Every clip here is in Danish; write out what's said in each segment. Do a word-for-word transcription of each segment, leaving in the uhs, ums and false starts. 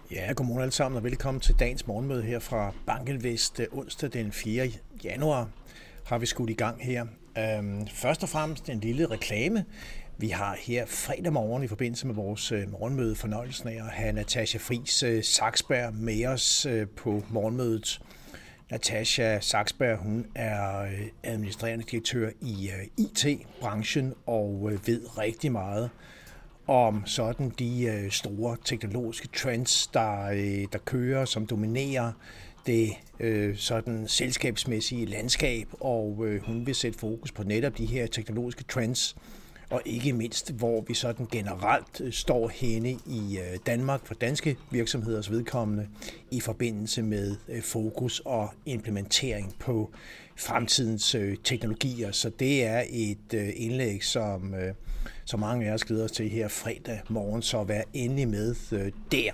Ja, godmorgen alle sammen og velkommen til dagens morgenmøde her fra Bankinvest onsdag den fjerde januar har vi skudt i gang her. Øhm, først og fremmest en lille reklame. Vi har her fredag morgen i forbindelse med vores øh, morgenmøde fornøjelsen af at have Natasha Friis øh, Saxberg med os øh, på morgenmødet. Natasha Saxberg, hun er øh, administrerende direktør i øh, I T-branchen og øh, ved rigtig meget om sådan de øh, store teknologiske trends, der, øh, der kører, som dominerer det øh, sådan selskabsmæssige landskab, og øh, hun vil sætte fokus på netop de her teknologiske trends, og ikke mindst, hvor vi sådan generelt øh, står henne i øh, Danmark for danske virksomheders vedkommende i forbindelse med øh, fokus og implementering på fremtidens øh, teknologier. Så det er et øh, indlæg, som, øh, som mange af os glæder os til her fredag morgen, så vær endelig med øh, der.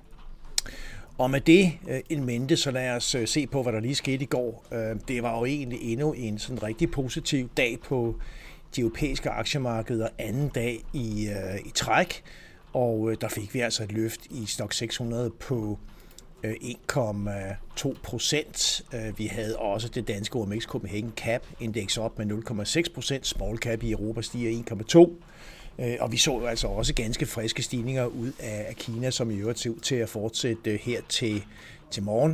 Og med det øh, en mente, så lad os øh, se på, hvad der lige skete i går. Øh, det var jo egentlig endnu en sådan rigtig positiv dag på de europæiske aktiemarkeder, anden dag i, øh, i træk, og øh, der fik vi altså et løft i Stoxx seks hundrede på øh, en komma to procent. Øh, vi havde også det danske O M X Copenhagen Cap Index op med nul komma seks procent, Small Cap i Europa stiger en komma to procent. Og vi så jo altså også ganske friske stigninger ud af Kina, som i øvrigt ser ud til at fortsætte her til, til morgen.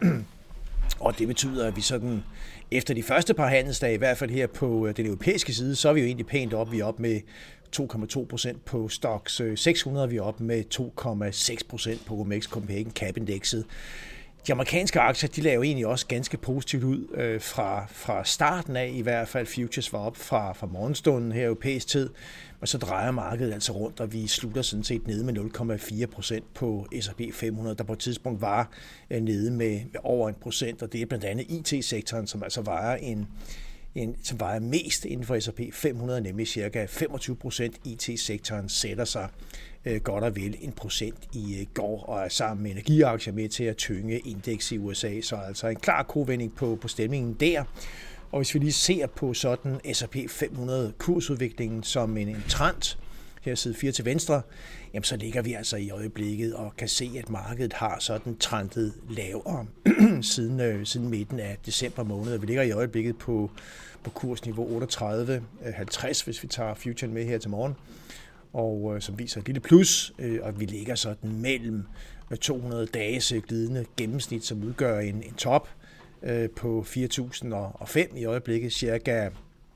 Og det betyder, at vi sådan efter de første par handelsdage, i hvert fald her på den europæiske side, så er vi jo egentlig pænt op. Vi er op med to komma to procent på Stoxx seks hundrede, vi er op med to komma seks procent på O M X Copenhagen Cap Indexet. De amerikanske aktier, de laver egentlig også ganske positivt ud øh, fra, fra starten af, i hvert fald futures var op fra, fra morgenstunden her europæisk tid, og så drejer markedet altså rundt, og vi slutter sådan set nede med nul komma fire procent på S og P fem hundrede, der på et tidspunkt var øh, nede med, med over en procent, og det er blandt andet I T-sektoren, som altså vejer en En, som vejer mest inden for S og P fem hundrede, nemlig cirka femogtyve procent. I T-sektoren sætter sig øh, godt og vel en procent i øh, går, og er sammen med energiaktier med til at tynge indeks i U S A, så altså en klar kovending på, på stemningen der. Og hvis vi lige ser på sådan S og P fem hundrede kursudviklingen som en, en trend, her side fire til venstre, jamen så ligger vi altså i øjeblikket og kan se, at markedet har sådan trendet lavere siden, øh, siden midten af december måned. Vi ligger i øjeblikket på, på kursniveau otteogtredive halvtreds, hvis vi tager futuren med her til morgen, og øh, som viser et lille plus, øh, og vi ligger sådan mellem to hundrede dages glidende gennemsnit, som udgør en, en top øh, på fire tusind og fem i øjeblikket, cirka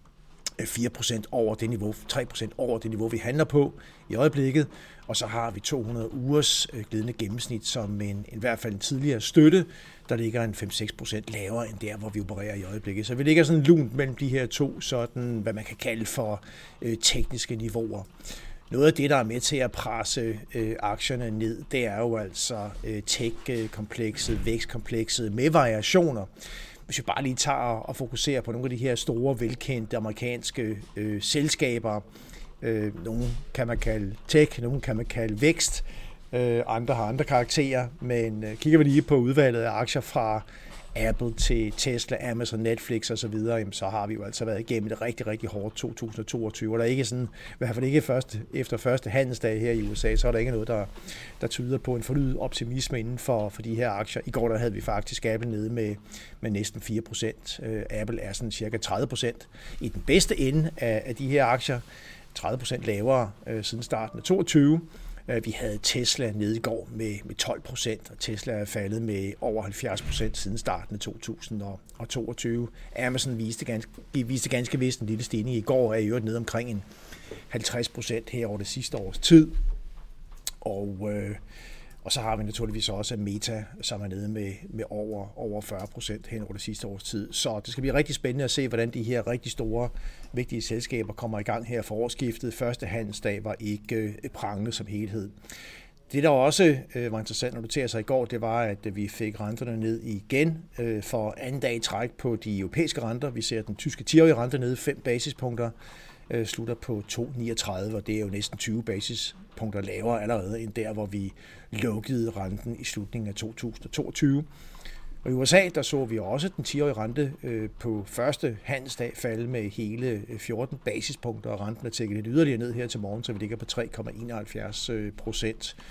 fire procent over det niveau, tre procent over det niveau, vi handler på i øjeblikket, og så har vi to hundrede ugers glidende gennemsnit som en, i hvert fald en tidligere støtte, der ligger en fem til seks procent lavere end der, hvor vi opererer i øjeblikket. Så vi ligger sådan lunt mellem de her to, sådan hvad man kan kalde for øh, tekniske niveauer. Noget af det, der er med til at presse øh, aktierne ned, det er jo altså øh, tech-komplekset, vækstkomplekset med variationer. Hvis vi bare lige tager og fokuserer på nogle af de her store, velkendte amerikanske øh, selskaber, øh, nogle kan man kalde tech, nogle kan man kalde vækst, øh, andre har andre karakterer, men øh, kigger vi lige på udvalget af aktier fra Apple til Tesla, Amazon, Netflix osv., så har vi jo altså været igennem et rigtig, rigtig hårdt to tusind og toogtyve, og der er ikke sådan, i hvert fald ikke første, efter første handelsdag her i U S A, så er der ikke noget, der, der tyder på en fornyet optimisme inden for, for de her aktier. I går der havde vi faktisk Apple nede med, med næsten fire procent. Apple er sådan cirka tredive procent i den bedste ende af, af de her aktier, tredive procent lavere øh, siden starten af toogtyve. Vi havde Tesla nede i går med, med tolv procent, og Tesla er faldet med over halvfjerds procent siden starten af to tusind og toogtyve. Amazon viste ganske, viste ganske vist en lille stigning i går, er i øvrigt nede omkring en halvtreds procent her over det sidste års tid. Og, øh, og så har vi naturligvis også Meta, som er nede med, med over, over fyrre procent hen over det sidste års tid. Så det skal blive rigtig spændende at se, hvordan de her rigtig store, vigtige selskaber kommer i gang her for årsskiftet. Første handelsdag var ikke øh, prangende som helhed. Det, der også øh, var interessant at notere sig i går, det var, at vi fik renterne ned igen øh, for anden dag i træk på de europæiske renter. Vi ser den tyske ti-årige rente nede fem basispunkter, øh, slutter på to komma niogtredive, og det er jo næsten tyve basispunkter lavere allerede end der, hvor vi lukkede renten i slutningen af to tusind og toogtyve. Og i U S A, der så vi også den ti-årige rente øh, på første handelsdag falde med hele fjorten basispunkter, og renten er tækket lidt yderligere ned her til morgen, så vi ligger på tre komma enoghalvfjerds procent.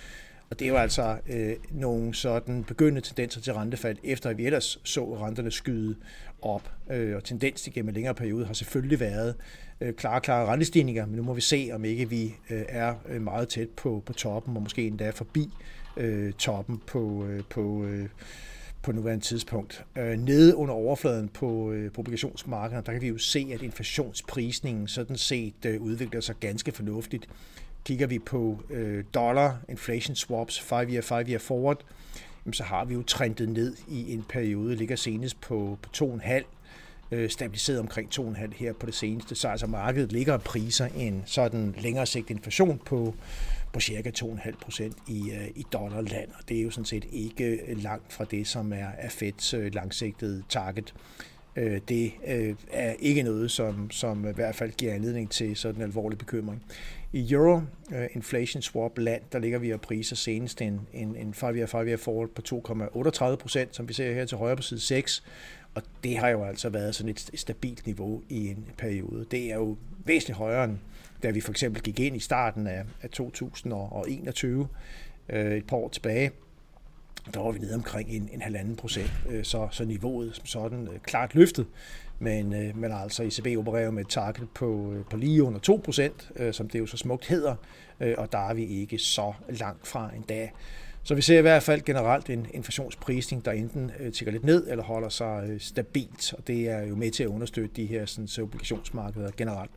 Og det er jo altså øh, nogle sådan begyndende tendenser til rentefald, efter at vi ellers så renterne skyde op. Øh, og tendens igennem en længere periode har selvfølgelig været øh, klare, klare rentestigninger, men nu må vi se, om ikke vi øh, er meget tæt på, på toppen, og måske endda forbi øh, toppen på, øh, på, øh, på nuværende tidspunkt. Øh, nede under overfladen på, øh, på obligationsmarkederne, der kan vi jo se, at inflationsprisningen sådan set øh, udvikler sig ganske fornuftigt. Kigger vi på øh, dollar, inflation swaps, five year, five year forward, jamen, så har vi jo trendet ned i en periode, ligger senest på, på to komma fem, øh, stabiliseret omkring to komma fem her på det seneste. Så altså markedet ligger og priser en sådan længere sigt inflation på, på cirka to komma fem procent i, øh, i dollarland, og det er jo sådan set ikke langt fra det, som er, er Feds øh, langsigtede target. Det er ikke noget, som, som i hvert fald giver anledning til sådan en alvorlig bekymring. I euro, inflation swap land, der ligger vi og priser senest en, en, en five year, five year forward på to komma otteogtredive procent, som vi ser her til højre på side seks, og det har jo altså været sådan et stabilt niveau i en periode. Det er jo væsentligt højere end da vi for eksempel gik ind i starten af, af to tusind og enogtyve, et par år tilbage. Der var vi nede omkring en, en halvanden procent, så, så niveauet som sådan klart løftet, men, men altså E C B opererer med et target på, på lige under to procent, som det jo så smukt hedder, og der er vi ikke så langt fra en dag. Så vi ser i hvert fald generelt en inflationsprisning, der enten tikker lidt ned eller holder sig stabilt, og det er jo med til at understøtte de her sådan, så obligationsmarkeder generelt.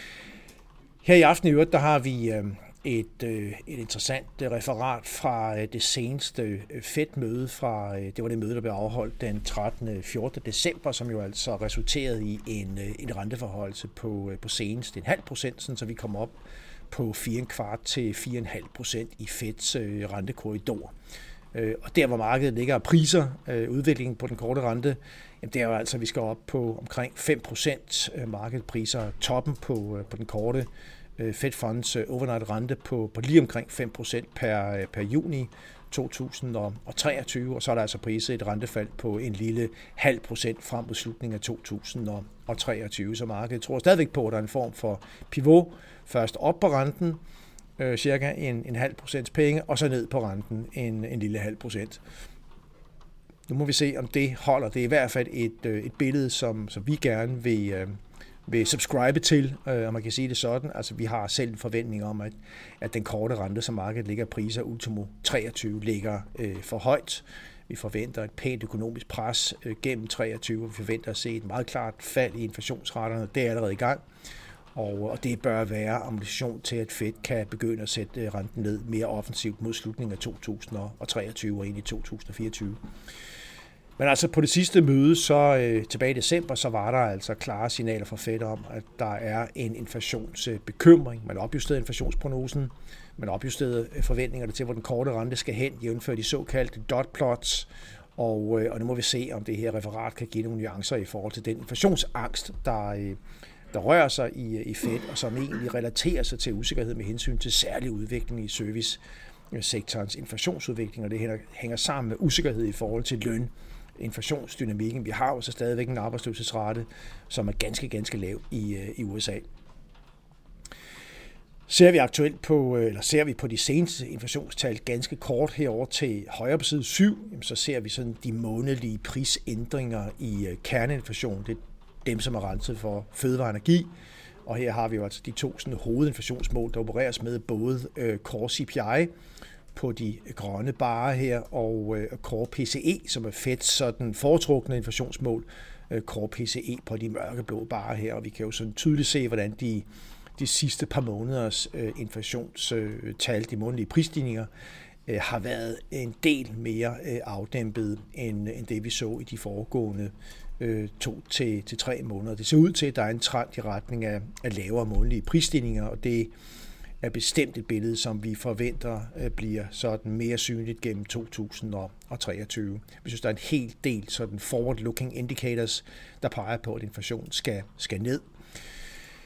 Her i aften i øvrigt, der har vi Et, et interessant referat fra det seneste Fed-møde, fra, det var det møde, der blev afholdt den trettende og fjortende december, som jo altså resulterede i en, en renteforhøjelse på, på senest en halv procent, så vi kommer op på fire komma fem til fire komma fem procent i Feds rentekorridor. Og der, hvor markedet ligger og priser udviklingen på den korte rente, jamen det er jo altså, at vi skal op på omkring fem procent. Markedet priser toppen på, på den korte Fed Funds overnight rente på, på lige omkring fem procent per, per juni to tusind og treogtyve, og så er der altså priset et rentefald på en lille halv procent frem mod slutningen af to tusind og treogtyve, så markedet tror stadigvæk på, at der er en form for pivot, først op på renten, øh, cirka en, en halv procents penge, og så ned på renten en, en lille halv procent. Nu må vi se, om det holder. Det er i hvert fald et, et billede, som, som vi gerne vil, øh, vil subscribe til, øh, om man kan sige det sådan. Altså, vi har selv en forventning om, at, at den korte rente, som markedet ligger priser ultimo treogtyve, ligger øh, for højt. Vi forventer et pænt økonomisk pres øh, gennem treogtyve, og vi forventer at se et meget klart fald i inflationsraterne. Det er allerede i gang, og, og det bør være ammunition til, at Fed kan begynde at sætte øh, renten ned mere offensivt mod slutningen af to tusind og treogtyve og ind i to tusind og fireogtyve. Men altså på det sidste møde, så øh, tilbage i december, så var der altså klare signaler fra Fed om, at der er en inflationsbekymring. Man opjusterede inflationsprognosen, man opjusterede forventningerne til, hvor den korte rente skal hen, jævnfør de såkaldte dot plots. Og, øh, og nu må vi se, om det her referat kan give nogle nuancer i forhold til den inflationsangst, der, øh, der rører sig i, i Fed, og som egentlig relaterer sig til usikkerhed med hensyn til særlig udvikling i servicesektorens inflationsudvikling, og det hænger, hænger sammen med usikkerhed i forhold til løn. Inflationsdynamikken. Vi har jo så stadigvæk en arbejdsløshedsrate, som er ganske, ganske lav i, i U S A. Ser vi aktuelt på, eller ser vi på de seneste inflationstal ganske kort herover til højre på side syv, så ser vi sådan de månedlige prisændringer i kerneinflation. Det er dem, som er renset for fødevare og energi. Og her har vi jo altså de to sådan, hovedinflationsmål, der opereres med både øh, core C P I på de grønne barer her, og øh, core P C E, som er Feds sådan foretrukne inflationsmål, øh, core P C E på de mørkeblå barer her, og vi kan jo sådan tydeligt se, hvordan de, de sidste par måneders øh, inflationstal, de månedlige prisstigninger, øh, har været en del mere øh, afdæmpet, end, end det vi så i de foregående øh, to til, til tre måneder. Det ser ud til, at der er en trend i retning af, af lavere månedlige prisstigninger, og det er bestemt et billede, som vi forventer bliver sådan mere synligt gennem to tusind og treogtyve. Vi synes, der er en hel del sådan forward-looking indicators, der peger på, at inflationen skal, skal ned.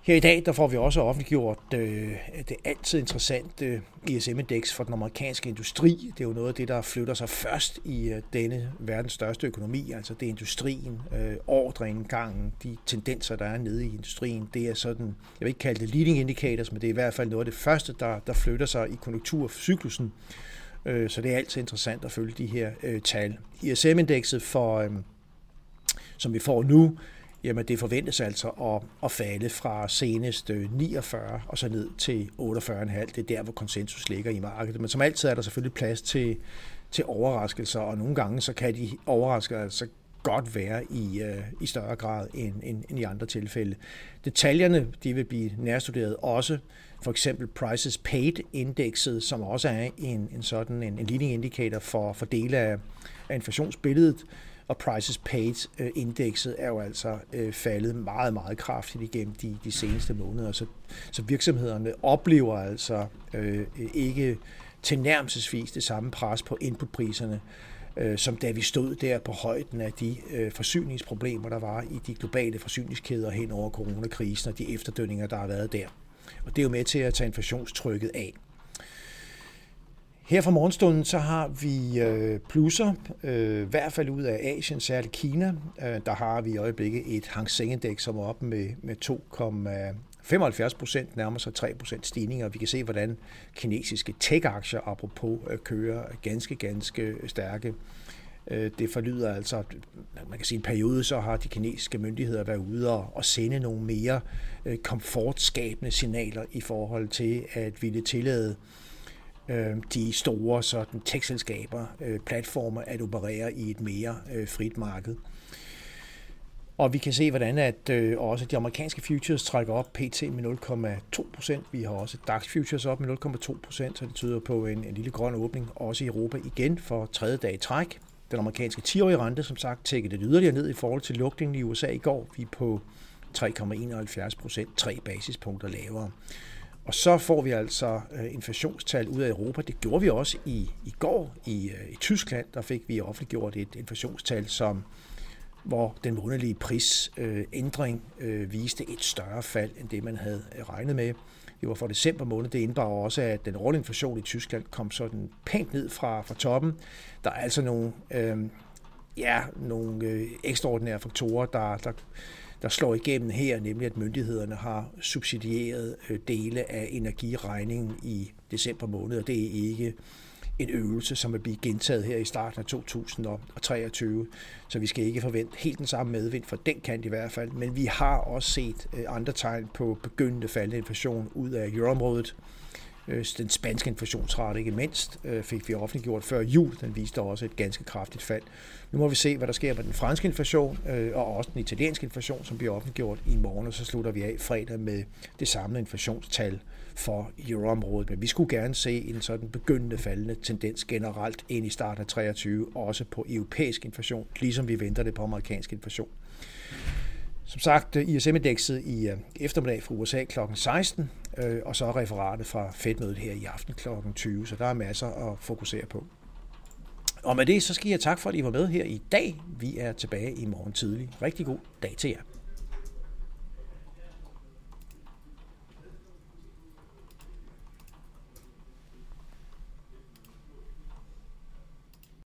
Her i dag der får vi også offentliggjort øh, det altid interessante I S M-indeks for den amerikanske industri. Det er jo noget af det, der flytter sig først i øh, denne verdens største økonomi. Altså det er industrien, øh, ordreindgangen, de tendenser, der er nede i industrien. Det er sådan, jeg vil ikke kalde det leading indicators, men det er i hvert fald noget af det første, der, der flytter sig i konjunkturcyklusen. Øh, så det er altid interessant at følge de her øh, tal. I S M-indekset, for, øh, som vi får nu, jamen det forventes altså at, at falde fra senest niogfyrre og så ned til otteogfyrre komma fem. Det er der, hvor konsensus ligger i markedet. Men som altid er der selvfølgelig plads til, til overraskelser, og nogle gange så kan de overraskelser altså godt være i, uh, i større grad end, end, end i andre tilfælde. Detaljerne de vil blive nærstuderet også. For eksempel Prices Paid-indekset, som også er en, en sådan en, en leading indicator for, for dele af, af inflationsbilledet. Og Prices Paid-indekset er jo altså øh, faldet meget, meget kraftigt igennem de, de seneste måneder. Så, så virksomhederne oplever altså øh, ikke tilnærmelsesvis det samme pres på inputpriserne, øh, som da vi stod der på højden af de øh, forsyningsproblemer, der var i de globale forsyningskæder hen over coronakrisen og de efterdønninger, der har været der. Og det er jo med til at tage inflationstrykket af. Her fra morgenstunden så har vi øh, plusser, øh, i hvert fald ud af Asien, særligt Kina. Øh, der har vi i øjeblikket et Hang Seng-indeks, som er oppe med, med to komma femoghalvfjerds procent, nærmer sig tre procent stigninger. Vi kan se, hvordan kinesiske tech-aktier, apropos, øh, kører ganske, ganske stærke. Øh, det forlyder altså, man kan sige en periode, så har de kinesiske myndigheder været ude og, og sende nogle mere øh, komfortskabende signaler i forhold til at ville tillade de store sådan tech-selskaber, platformer at operere i et mere frit marked. Og vi kan se, hvordan at også de amerikanske futures trækker op pt. Med nul komma to procent. Vi har også DAX futures op med nul komma to procent, så det tyder på en, en lille grøn åbning, også i Europa igen for tredje dag i træk. Den amerikanske ti-årige rente, som sagt, tækkede det yderligere ned i forhold til lukningen i U S A i går. Vi er på tre komma enoghalvfjerds procent, tre basispunkter lavere. Og så får vi altså øh, inflationstal ud af Europa. Det gjorde vi også i, i går i, øh, i Tyskland. Der fik vi offentliggjort et inflationstal, som, hvor den månedlige prisændring øh, øh, viste et større fald, end det man havde regnet med. Det var for december måned. Det indebar også, at den årlige inflation i Tyskland kom sådan pænt ned fra, fra toppen. Der er altså nogle, øh, ja, nogle øh, ekstraordinære faktorer, der... der der slår igennem her, nemlig at myndighederne har subsidieret dele af energiregningen i december måned, og det er ikke en øvelse, som vil blive gentaget her i starten af to tusind treogtyve, så vi skal ikke forvente helt den samme medvind fra den kant i hvert fald, men vi har også set andre tegn på begyndende faldende inflation ud af euroområdet. Den spanske inflationsrate ikke mindst fik vi offentliggjort før jul. Den viste også et ganske kraftigt fald. Nu må vi se, hvad der sker med den franske inflation og også den italienske inflation, som bliver offentliggjort i morgen, og så slutter vi af fredag med det samlede inflationstal for euroområdet. Men vi skulle gerne se en sådan begyndende faldende tendens generelt ind i starten af treogtyve, også på europæisk inflation, ligesom vi venter det på amerikansk inflation. Som sagt, I S M-indekset i eftermiddag fra U S A klokken seksten, og så referatet fra Fed-mødet her i aften klokken tyve, så der er masser at fokusere på. Og med det, så skal jeg tak for, at I var med her i dag. Vi er tilbage i morgen tidlig. Rigtig god dag til jer.